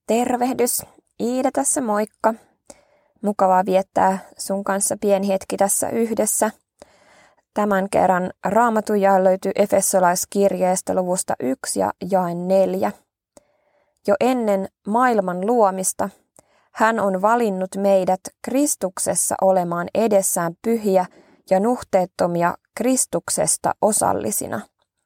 Tervehdys, Iida tässä moikka. Mukavaa viettää sun kanssa pieni hetki tässä yhdessä. Tämän kerran Raamattujae löytyy Efesolaiskirjeestä luvusta 1 ja jae 4. Jo ennen maailman luomista hän on valinnut meidät Kristuksessa olemaan edessään pyhiä ja nuhteettomia Kristuksesta osallisina.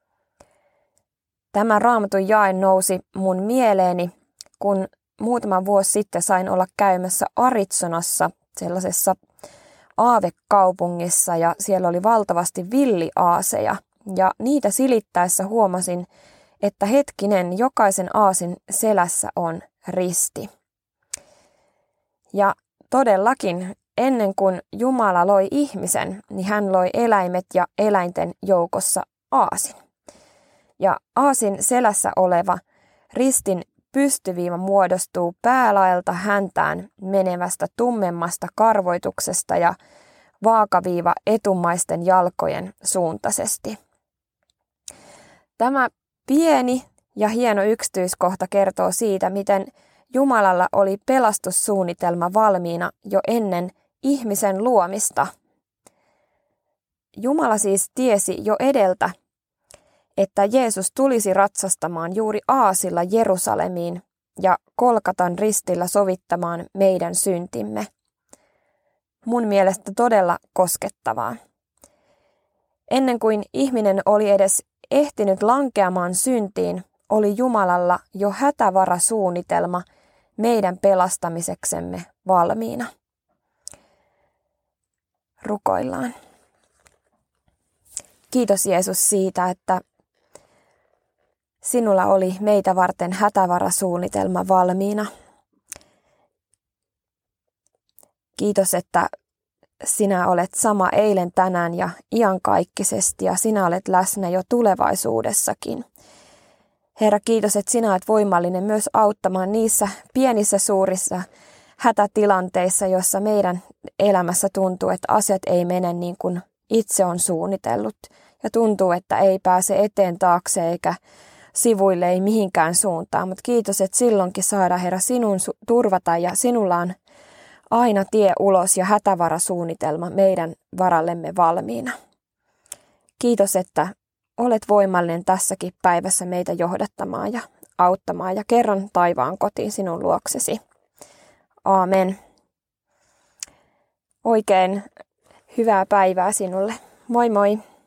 Tämä Raamatun jae nousi mun mieleeni, kun muutama vuosi sitten sain olla käymässä Arizonassa, sellaisessa aavekaupungissa, ja siellä oli valtavasti villiaaseja. Ja niitä silittäessä huomasin, että hetkinen, jokaisen aasin selässä on risti. Ja todellakin, ennen kuin Jumala loi ihmisen, niin hän loi eläimet ja eläinten joukossa aasin. Ja aasin selässä oleva ristin pystyviiva muodostuu päälaelta häntään menevästä tummemmasta karvoituksesta ja vaakaviiva etumaisten jalkojen suuntaisesti. Tämä pieni ja hieno yksityiskohta kertoo siitä, miten Jumalalla oli pelastussuunnitelma valmiina jo ennen ihmisen luomista. Jumala siis tiesi jo edeltä, että Jeesus tulisi ratsastamaan juuri aasilla Jerusalemiin ja Golgatan ristillä sovittamaan meidän syntimme. Mun mielestä todella koskettavaa. Ennen kuin ihminen oli edes ehtinyt lankeamaan syntiin, oli Jumalalla jo hätävarasuunnitelma meidän pelastamiseksemme valmiina. Rukoillaan. Kiitos Jeesus siitä, että sinulla oli meitä varten hätävarasuunnitelma valmiina. Kiitos, että sinä olet sama eilen, tänään ja iankaikkisesti ja sinä olet läsnä jo tulevaisuudessakin. Herra, kiitos, että sinä olet voimallinen myös auttamaan niissä pienissä suurissa hätätilanteissa, joissa meidän elämässä tuntuu, että asiat ei mene niin kuin itse on suunnitellut. Ja tuntuu, että ei pääse eteen taakse eikä sivuille ei mihinkään suuntaan. Mutta kiitos, että silloinkin saadaan Herra sinun turvata ja sinulla on aina tie ulos ja hätävarasuunnitelma meidän varallemme valmiina. Kiitos, että olet voimallinen tässäkin päivässä meitä johdattamaan ja auttamaan ja kerran taivaan kotiin sinun luoksesi. Aamen. Oikein hyvää päivää sinulle. Moi moi!